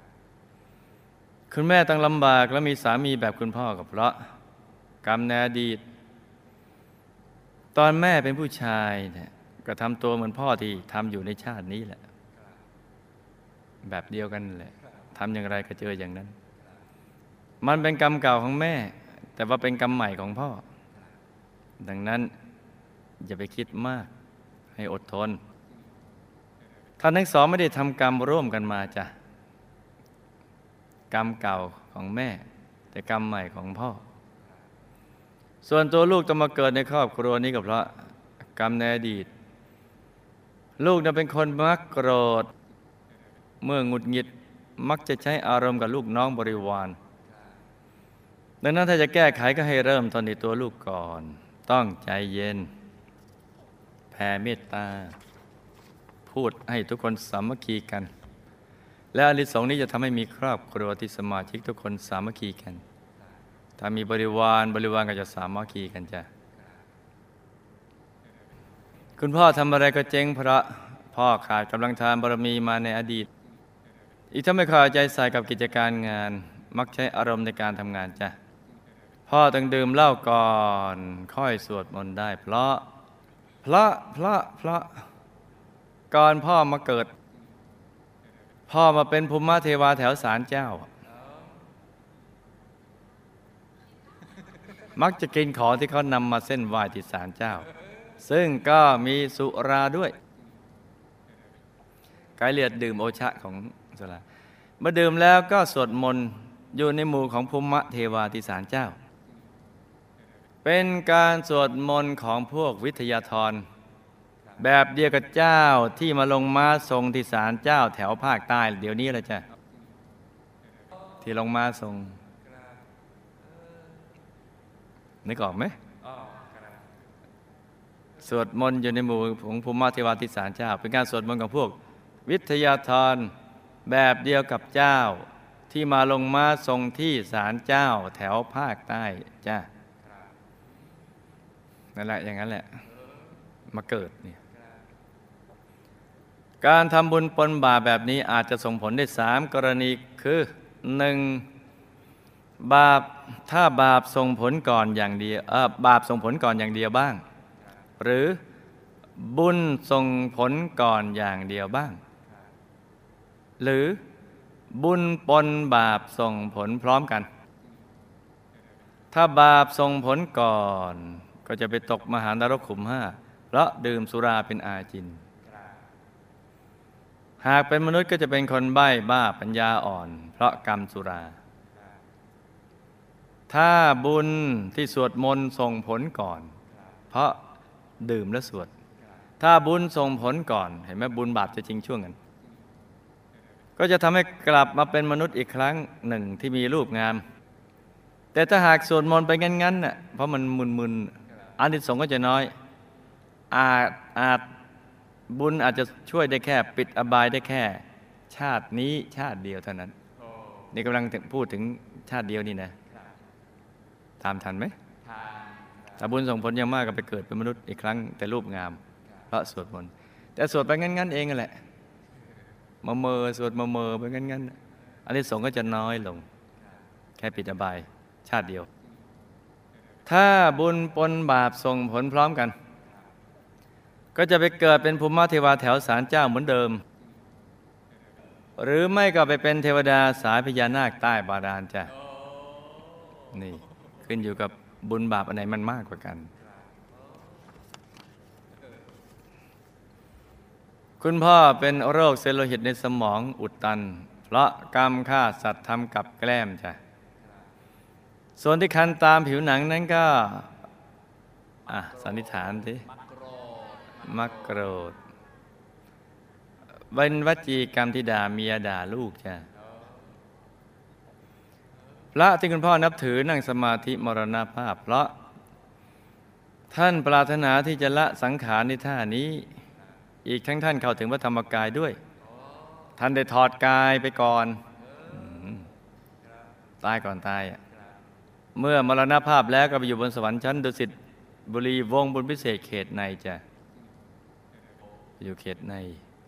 คุณแม่ต้องลำบากและมีสามีแบบคุณพ่อกับเพราะกรรมในอดีตตอนแม่เป็นผู้ชายเนี่ยก็ทำตัวเหมือนพ่อที่ทำอยู่ในชาตินี้แหละแบบเดียวกันแหละทำอย่างไรก็เจออย่างนั้นมันเป็นกรรมเก่าของแม่แต่ว่าเป็นกรรมใหม่ของพ่อดังนั้นอย่าไปคิดมากให้อดทนท่านทั้งสองไม่ได้ทำกรรมร่วมกันมาจ้ะกรรมเก่าของแม่แต่กรรมใหม่ของพ่อส่วนตัวลูกต้องมาเกิดในครอบครัวนี้ก็เพราะกรรมในอดีตลูกนั้นเป็นคนมักโกรธเมื่อหงุดหงิดมักจะใช้อารมณ์กับลูกน้องบริวารดังนั้นถ้าจะแก้ไขก็ให้เริ่มต้นที่ตัวลูกก่อนต้องใจเย็นแผ่เมตตาพูดให้ทุกคนสามัคคีกันและอานิสงส์นี้จะทำให้มีครอบครัวที่สมาชิกทุกคนสามัคคีกันถ้ามีบริวารบริวารก็จะสามัคคีกันจ้ะคุณพ่อทำอะไรก็เจ๊งเพราะพ่อขาดกำลังทานบารมีมาในอดีตอีกทั้งไม่เข้าใจใส่กับกิจการงานมักใช้อารมณ์ในการทำงานจ้ะพ่อต้องดื่มเหล้าก่อนค่อยสวดมนต์ได้เพราะเพราะเพราะเพราะก่อนพ่อมาเกิดพ่อมาเป็นภูมิเทวาแถวศาลเจ้ามักจะกินของที่เขานำมาเส้นไหว้ที่ศาลเจ้าซึ่งก็มีสุราด้วยกายเลือดดื่มโอชะของสุราเมื่อดื่มแล้วก็สวดมนต์อยู่ในหมู่ของภูมิเทวาที่ศาลเจ้าเป็นการสวดมนต์ของพวกวิทยาธรแบบเดียวกับเจ้าที่มาลงม้าทรงที่ศาลเจ้าแถวภาคใต้เดี๋ยวนี้แหละจ้ะที่ลงม้าทรงนึกออกไหมสวดมนต์อยู่ในหมู่ของภูมิเทวาที่ศาลเจ้าเป็นการสวดมนต์ของพวกวิทยาธรแบบเดียวกับเจ้าที่มาลงม้าทรงที่ศาลเจ้าแถวภาคใต้จ้ะนั่นแหละอย่างนั้นแหละมาเกิดเนี่ยการทำบุญปนบาปแบบนี้อาจจะส่งผลได้สามกรณีคือหนึ่งบาปถ้าบาปส่งผลก่อนอย่างเดียวเออบาปส่งผลก่อนอย่างเดียวบ้างหรือบุญส่งผลก่อนอย่างเดียวบ้างหรือบุญปนบาปส่งผลพร้อมกันถ้าบาปส่งผลก่อนก็จะไปตกมหานรกขุมห้าเพราะดื่มสุราเป็นอาจินหากเป็นมนุษย์ก็จะเป็นคนใบ้บ้าปัญญาอ่อนเพราะกรรมสุราถ้าบุญที่สวดมนต์ส่งผลก่อนเพราะดื่มและสวดถ้าบุญส่งผลก่อนเห็นไหมบุญบาปจะจริงช่วงกันก็จะทำให้กลับมาเป็นมนุษย์อีกครั้งหนึ่งที่มีรูปงามแต่ถ้าหากสวดมนต์ไปงั้นๆน่ะเพราะมันมึนๆอานิสงส์ก็จะน้อยอาจอาจบุญอาจจะช่วยได้แค่ปิดอบายได้แค่ชาตินี้ชาติเดียวเท่านั้นนี่กำลังพูดถึงชาติเดียวนี่นะตามทันไหมถ้าบุญส่งผลอย่างมากก็ไปเกิดเป็นมนุษย์อีกครั้งแต่รูปงามเพราะสวดมนต์แต่สวดไปงั้นๆเองนั่นแหละมาเมอสวดมาเมอไปงั้นๆอานิสงส์ก็จะน้อยลงแค่ปิดอบายชาติเดียวถ้าบุญปนบาปส่งผลพร้อมกันก็จะไปเกิดเป็นภูมิเทวาแถวศาลเจ้าเหมือนเดิมหรือไม่ก็ไปเป็นเทวดาสายพญานาคใต้บาดาลจ้ะนี่ขึ้นอยู่กับบุญบาปอันไหนมันมากกว่ากันคุณพ่อเป็นโรคเซลล์โลหิตในสมองอุดตันเพราะกรรมฆ่าสัตว์ทำกับแกล้มจ้ะส่วนที่คันตามผิวหนังนั้นก็อ่ะสันนิษฐานสิมักโกรธเป็นวจีกรรมที่ด่าเมียด่าลูกจ้ะพระที่คุณพ่อนับถือนั่งสมาธิมรณภาพเพราะท่านปรารถนาที่จะละสังขารในท่านี้อีกทั้งท่านเข้าถึงพระธรรมกายด้วยท่านได้ถอดกายไปก่อนตายก่อนตายเมื่อมรณภาพแล้วก็ไปอยู่บนสวรรค์ชั้นดุสิตบุรีวงศ์บุญพิเศษเขตในจ้ะอยู่เขตใน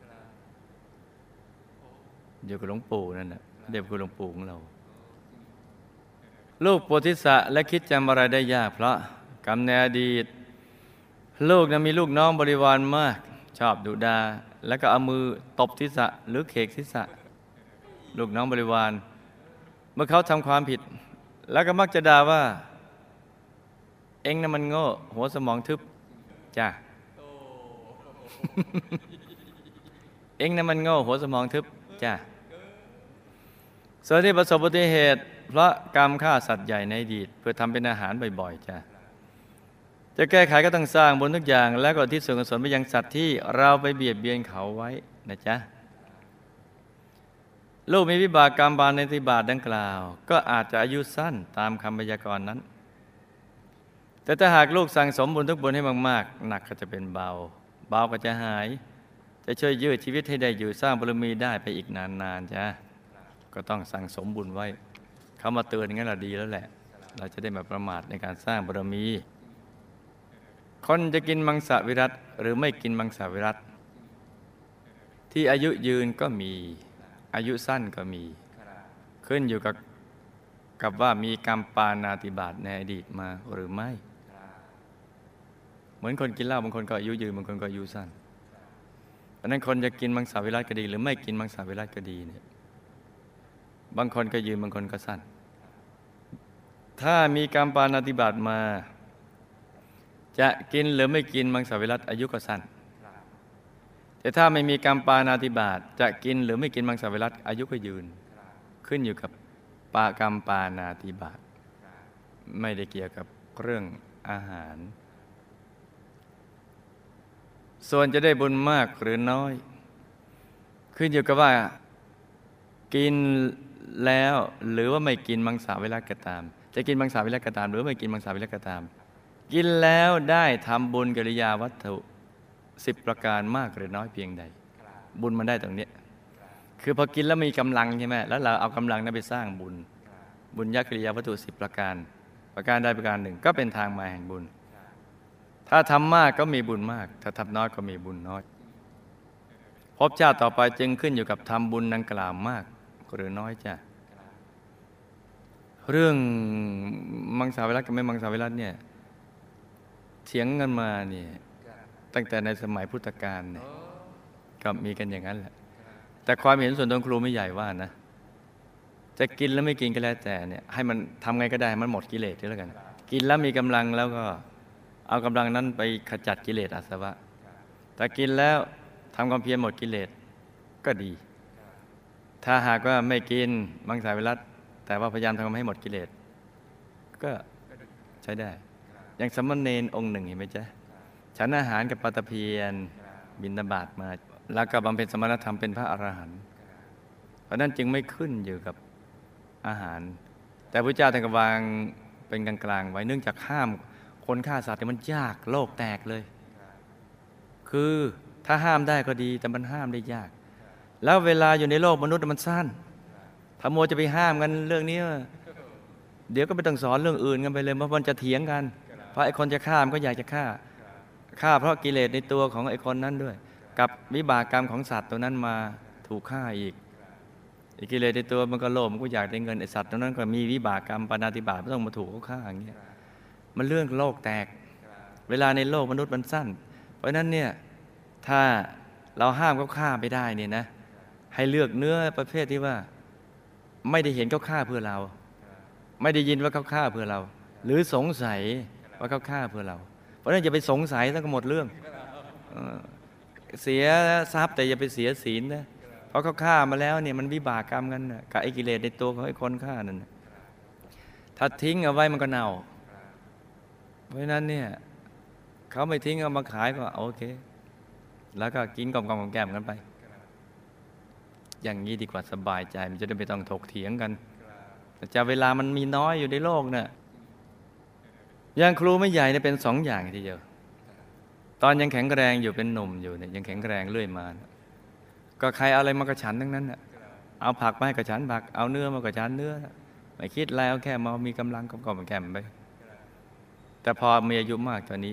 อยู่กับหลวงปู่นั่นแหละเดี๋ยวคือหลวงปู่ของเราลูกโพธิสัตว์และคิดจำอะไรได้ยากเพราะกรรมในอดีตลูกนั้นมีลูกน้องบริวารมากชอบดุดาแล้วก็เอามือตบศีรษะหรือเขกศีรษะลูกน้องบริวารเมื่อเขาทำความผิดแล้วก็มักจะด่าว่าเอ็งน่ะมันโง่หัวสมองทึบจ้ะ เอ็งน่ะมันโง่หัวสมองทึบจ้ะส่วนที่ประสบอุบัติเหตุเพราะกรรมฆ่าสัตว์ใหญ่ในอดีตเพื่อทำเป็นอาหารบ่อยๆจ้ะจะแก้ไขก็ต้องสร้างบุญทุกอย่างแล้วก็ที่ส่วนกุศลไปยังสัตว์ที่เราไปเบียดเบียนเขาไว้นะจ๊ะลูกมีวิบากกรรมบาปในที่บาปดังกล่าวก็อาจจะอายุสั้นตามคำพยากรณ์นั้นแต่ถ้าหากลูกสั่งสมบุญทุกบุญให้มากๆหนักก็จะเป็นเบาเบาก็จะหายจะช่วยยืดชีวิตให้ได้อยู่สร้างบารมีได้ไปอีกนานๆจ้ะก็ต้องสั่งสมบุญไว้เขามาเตือนงั้นเราดีแล้วแหละเราจะได้มาประมาทในการสร้างบารมีคนจะกินมังสวิรัติหรือไม่กินมังสวิรัติที่อายุยืนก็มีอายุสั้นก็มีขึ้นอยู่กับกับว่ามีกรรมปาณาติบาตในอดีตมาหรือไม่เหมือนคนกินเหล้าบางคนก็อายุยืนบางคนก็อายุสั้นเพราะนั้นคนจะกินมังสวิรัติก็ดีหรือไม่กินมังสวิรัติก็ดีเนี่ยบางคนก็ยืนบางคนก็สั้นถ้ามีกรรมปาณาติบาตมาจะกินหรือไม่กินมังสวิรัติอายุก็สั้นแต่ถ้าไม่มีกรรมปาณาติบาตจะกินหรือไม่กินมังสวิรัติอายุก็ยืนขึ้นอยู่กับปากรรมปาณาติบาตไม่ได้เกี่ยวกับเรื่องอาหารส่วนจะได้บุญมากหรือน้อยขึ้นอยู่กับว่ากินแล้วหรือว่าไม่กินมังสวิรัติก็ตามจะกินมังสวิรัติก็ตามหรือไม่กินมังสวิรัติก็ตามกินแล้วได้ทำบุญกิริยาวัตถุสิบประการมากหรือน้อยเพียงใดบุญมันได้ตรงนี้คือพอกินแล้วมีกำลังใช่ไหมแล้วเราเอากำลังนั้นไปสร้างบุญบุญญกิริยาวัตถุสิบประการประการใดประการหนึ่งก็เป็นทางมาแห่งบุญถ้าทำมากก็มีบุญมากถ้าทำน้อยก็มีบุญน้อยภพชาติต่อไปจึงขึ้นอยู่กับทำบุญดังกล่าวมากหรือน้อยจ้ะเรื่องมังสวิรัติกับไม่มังสวิรัติเนี่ยเถียงกันมาเนี่ยตั้งแต่ในสมัยพุทธกาลเนี่ยก็มีกันอย่างนั้นแหละแต่ความเห็นส่วนตัวครูไม่ใหญ่ว่านะจะกินแล้วไม่กินก็แล้วแต่เนี่ยให้มันทำไงก็ได้ให้มันหมดกิเลสก็แล้วกันกินแล้วมีกำลังแล้วก็เอากำลังนั้นไปขจัดกิเลสอาสวะแต่กินแล้วทำความเพียรหมดกิเลสก็ดีถ้าหากว่าไม่กินมังสวิรัติแต่ว่าพยายามทำให้หมดกิเลสก็ใช้ได้อย่างสมณเณรองค์หนึ่งเห็นไหมจ๊ะฉันอาหารกับปาฐเพียรบิณฑบาตมาแล้วก็บำเพ็ญสมณธรรมเป็นพระอรหันต์เพราะนั้นจึงไม่ขึ้นอยู่กับอาหารแต่พระเจ้าท่านก็วางเป็นกลางๆไว้เนื่องจากห้ามคนฆ่าสัตว์เนี่ยมันยากโลกแตกเลยคือถ้าห้ามได้ก็ดีแต่มันห้ามได้ยากแล้วเวลาอยู่ในโลกมนุษย์มันสั้นถ้าโมจะไปห้ามกันเรื่องนี้เดี๋ยวก็ไปต้องสอนเรื่องอื่นกันไปเลยเพราะมันจะเถียงกันเพราะไอ้คนจะฆ่ามันก็อยากจะฆ่าฆ่าเพราะกิเลสในตัวของไอ้คนนั้นด้วยกับวิบากกรรมของสัตว์ตัวนั้นมาถูกฆ่าอีกไอ้กิเลสในตัวมันก็โลภมันก็อยากได้เงินไอ้สัตว์ตัวนั้นก็มีวิบากกรรมปาณาติบาตไม่ต้องมาถูกเขาฆ่าอย่างเงี้ยมันเรื่องโลกแตกเวลาในโลกมนุษย์มันสั้นเพราะนั้นเนี่ยถ้าเราห้ามเขาฆ่าไปได้เนี่ยนะให้เลือกเนื้อประเภทที่ว่าไม่ได้เห็นเขาฆ่าเพื่อเราไม่ได้ยินว่าเขาฆ่าเพื่อเราหรือสงสัยว่าเขาฆ่าเพื่อเราเพราะฉะนั้นอย่าไปสงสัยแล้วก็หมดเรื่องเสียทรัพย์แต่อย่าไปเสียศีลนะเพราะเขาฆ่ามาแล้วเนี่ยมันวิบากกรรมกันนะกับไอ้กิเลสในตัวของไอ้คนฆ่านั่นถ้าทิ้งเอาไว้มันก็เน่าเพราะฉะนั้นเนี่ยเขาไม่ทิ้งเอามาขายก็โอเคแล้วก็กินกล่อมๆแก้มกันไปอย่างนี้ดีกว่าสบายใจมันจะได้ไม่ต้องถกเถียงกันแต่จะเวลามันมีน้อยอยู่ในโลกเนี่ยอย่างครูไม่ใหญ่เนี่ยเป็นสองอย่างทีเดียวตอนยังแข็งแรงอยู่เป็นหนุ่มอยู่เนี่ยยังแข็งแรงเรื่อยมาก็ใครเอาอะไรมากระฉันทั้งนั้นน่ะเอาผักมาให้กระฉันผักเอาเนื้อมากระฉันเนื้อไม่คิดแล้วแค่มามีกำลังกล่อมๆแก้มไปแต่พอมีอายุมากตอนนี้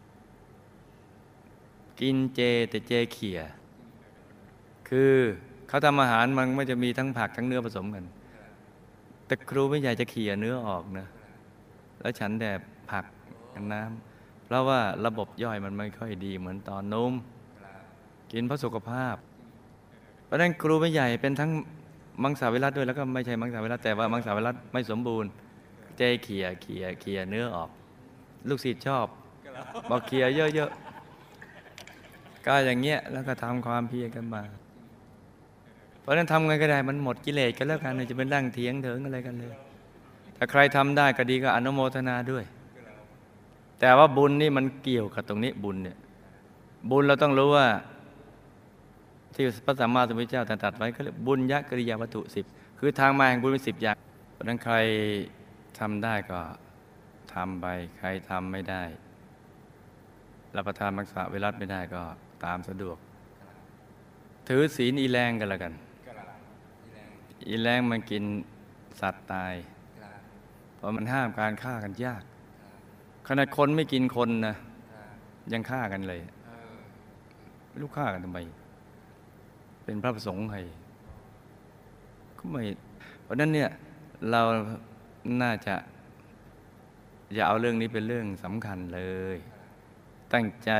กินเจแต่เจเขี่ยคือเขาทำอาหารมันไม่จะมีทั้งผักทั้งเนื้อผสมกันแต่ครูไม่ใหญ่จะเขี่ยเนื้อออกนะแล้วฉันแต่ผักกับน้ำเพราะว่าระบบย่อยมันไม่ค่อยดีเหมือนตอนนุ่มกินเพราะสุขภาพเพราะฉะนั้นครูไม่ใหญ่เป็นทั้งมังสวิรัติด้วยแล้วก็ไม่ใช่มังสวิรัติแต่ว่ามังสวิรัติไม่สมบูรณ์ใจเขี่ยเขี่ยเขี่ยเนื้อออกลูกศิษย์ชอบบอกเขี่ยเยอะๆก็อย่างเงี้ยแล้วก็ทำความเพียรกันมาเพราะนั้นทำไงก็ได้มันหมดกิเลสกันแล้วกันจะเป็นร่างเถียงเถิงอะไรกันเลยถ้าใครทำได้ก็ดีก็อนุโมทนาด้วยแต่ว่าบุญนี่มันเกี่ยวกับตรงนี้บุญเนี่ยบุญเราต้องรู้ว่าที่พระสัมมาสัมพุทธเจ้าตรัสไว้ก็เรียกบุญยกริยาวัตถุสิบคือทางมาแห่งบุญเป็นสิบอย่างเพราะนั้นใครทำได้ก็ทำไปใครทำไม่ได้รับประทานมังสวิรัติไม่ได้ก็ตามสะดวกถือศีลอีแรงกันละกันอีแรงมันกินสัตว์ตายเพราะมันห้ามการฆ่ากันยากขนาดคนไม่กินคนนะยังฆ่ากันเลยไม่รู้ฆ่ากันทำไมเป็นพระประสงค์ใครก็ไม่เพราะนั้นเนี่ยเราน่าจะอย่าเอาเรื่องนี้เป็นเรื่องสำคัญเลยตั้งใจ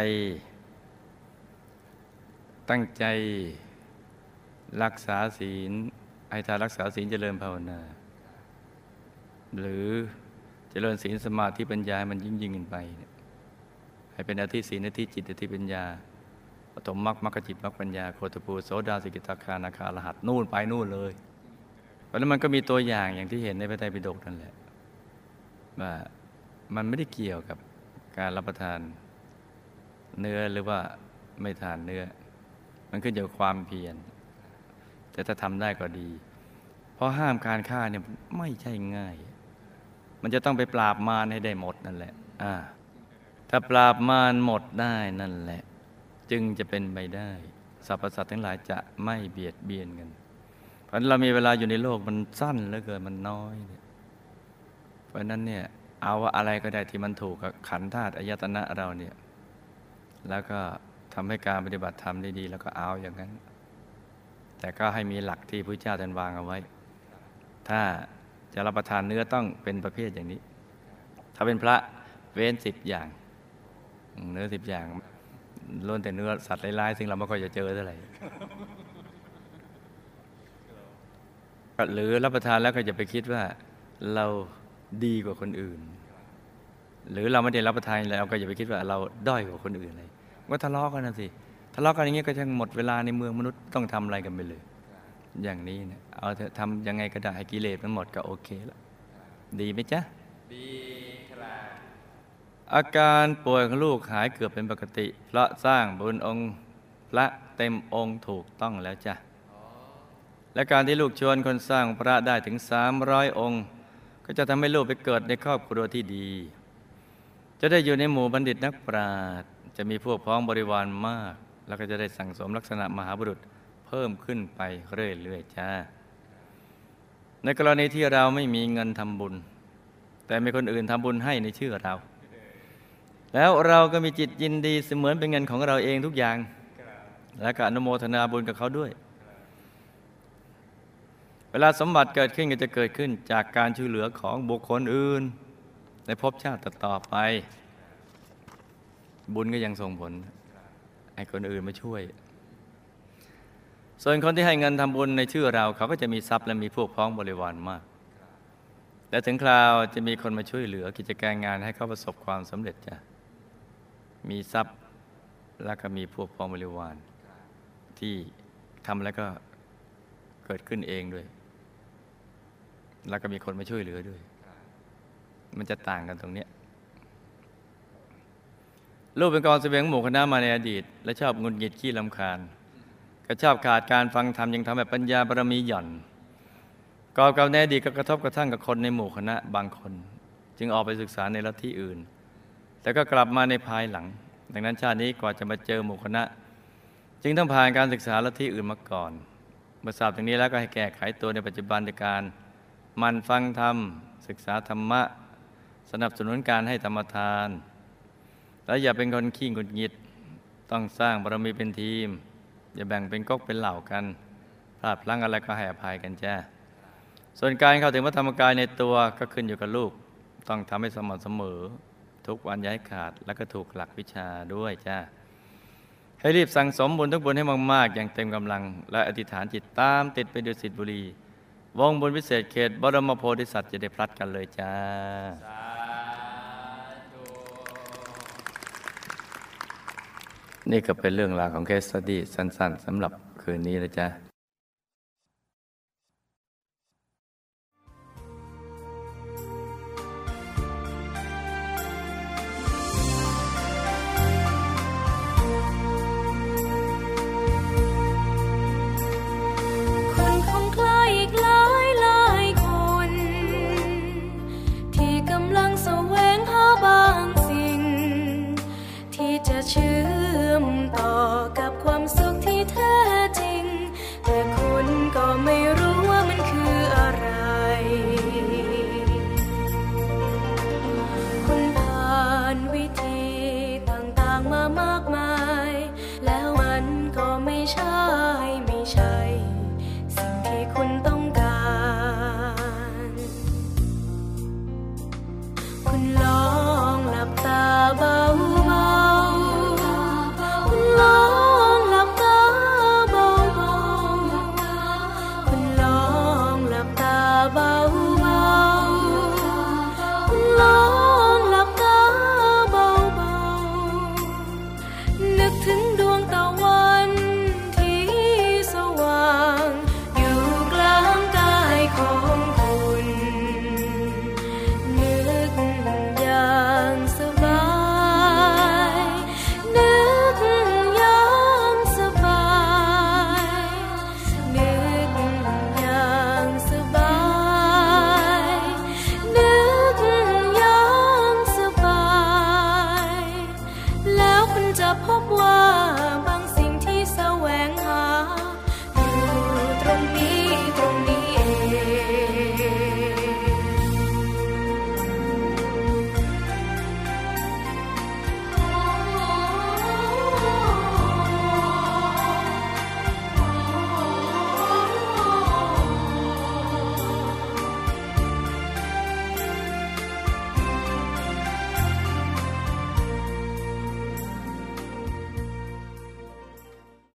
ตั้งใจรักษาศีลให้ทานรักษาศีลเจริญภาวนาหรือเจริญศีลสมาธิปัญญามันยิ่งยิ่งขึ้นไปให้เป็นอธิศีลอธิจิตอธิปัญญาปฐมมรรคมรรคจิตมรรคปัญญาโคตภูโสดาสกิทาคานาคาอรหัตนู่นไปนู่นเลยเพราะนั้นมันก็มีตัวอย่างอย่างที่เห็นในพระไตรปิฎกนั่นแหละว่ามันไม่ได้เกี่ยวกับการรับประทานเนื้อหรือว่าไม่ทานเนื้อมันขึ้นอยู่กับความเพียรแต่ถ้าทำได้ก็ดีเพราะห้ามการฆ่าเนี่ยไม่ใช่ง่ายมันจะต้องไปปราบมารให้ได้หมดนั่นแหละอ่าถ้าปราบมารหมดได้นั่นแหละจึงจะเป็นไปได้สรรพสัตว์ทั้งหลายจะไม่เบียดเบียนกันเพราะเรามีเวลาอยู่ในโลกมันสั้นเหลือเกินมันน้อยเนี่ยเพราะนั้นเนี่ยเอาอะไรก็ได้ที่มันถูกกับขันธ์ธาตุอายตนะเราเนี่ยแล้วก็ทำให้การปฏิบัติธรรมได้ดีแล้วก็เอาอย่างนั้นแต่ก็ให้มีหลักที่พระเจ้าท่านวางเอาไว้ถ้าจะรับประทานเนื้อต้องเป็นประเภทอย่างนี้ถ้าเป็นพระเว้นสิบอย่างเนื้อสิบอย่างล้วนแต่เนื้อสัตว์ร้ายๆซึ่งเราไม่ค่อยจะเจอเท่าไหร่หรือรับประทานแล้วก็จะไปคิดว่าเราดีกว่าคนอื่นหรือเราไม่ได้รับประทานแล้วก็อย่าไปคิดว่าเราด้อยกว่าคนอื่นเลยก็ทะเลาะกันนะสิทะเลาะกันอย่างนี้ก็จะหมดเวลาในเมืองมนุษย์ต้องทำอะไรกันไปเลยอย่างนี้เนี่ยเอาเถอะทำยังไงก็ได้ให้กิเลสมันหมดก็โอเคแล้วดีไหมจ๊ะดีครับอาการป่วยของลูกหายเกือบเป็นปกติเพราะสร้างบุญองค์พระเต็มองค์ถูกต้องแล้วจ้ะและการที่ลูกชวนคนสร้างพระได้ถึงสามร้อยองค์ก็จะทำให้ลูกไปเกิดในครอบครัวที่ดีจะได้อยู่ในหมู่บัณฑิตนักปราชญ์จะมีพวกพ้องบริวารมากแล้วก็จะได้สั่งสมลักษณะมหาบุรุษเพิ่มขึ้นไปเรื่อยๆจ้าในกรณีที่เราไม่มีเงินทำบุญแต่มีคนอื่นทำบุญให้ในชื่อเราแล้วเราก็มีจิตยินดีเสมือนเป็นเงินของเราเองทุกอย่างและก็อนุโมทนาบุญกับเขาด้วยเวลาสมบัติเกิดขึ้นก็จะเกิดขึ้นจากการช่วยเหลือของบุคคลอื่นในภพชาติต่อไปบุญก็ยังส่งผลให้คนอื่นมาช่วยส่วนคนที่ให้เงินทำบุญในชื่อเราเขาก็จะมีทรัพย์และมีพวกพ้องบริวารมากและถึงคราวจะมีคนมาช่วยเหลือกิจการงานให้เขาประสบความสำเร็จจ้ะมีทรัพย์แล้วก็มีพวกพ้องบริวารที่ทำแล้วก็เกิดขึ้นเองด้วยแล้วก็มีคนมาช่วยเหลือด้วยมันจะต่างกันตรงนี้ลูกเป็นกองเสบียงหมู่คณะมาในอดีตและชอบงุนงิดขี้รำคาญก็ชอบขาดการฟังธรรมยังทำแบบปัญญาบารมีหย่อนก่อกับในอดีตก็กระทบกระทั่งกับคนในหมู่คณะบางคนจึงออกไปศึกษาในลัทธิอื่นแต่ก็กลับมาในภายหลังดังนั้นชาตินี้กว่าจะมาเจอหมู่คณะจึงต้องผ่านการศึกษาลัทธิอื่นมาก่อนเมื่อทราบตรงนี้แล้วก็ให้แก้ไขตัวในปัจจุบันในการหมั่นฟังธรรมศึกษาธรรมะสนับสนุนการให้ธรรมทานและอย่าเป็นคนขี้หงุดหงิดต้องสร้างบารมีเป็นทีมอย่าแบ่งเป็นก๊กเป็นเหล่ากันพลาดพลั้งอะไรก็ให้อภัยกันจ้าส่วนการเข้าถึงพระธรรมกายในตัวก็ขึ้นอยู่กับลูกต้องทำให้สม่ำเสมอทุกวันอย่าให้ขาดแล้วก็ถูกหลักวิชาด้วยจ้าให้รีบสั่งสมบุญทุกบุญให้มากๆอย่างเต็มกำลังและอธิษฐานจิตตามติดไปดุสิตบุรีวงบุญพิเศษเขตบรมโพธิสัตว์จะได้พลัดกันเลยจ้านี่ก็เป็นเรื่องราวของเคสสตี้สั้นๆสำหรับคืนนี้นะจ๊ะเชื่อมต่อกับความสุขที่แท้จริงแต่คุณก็ไม่รู้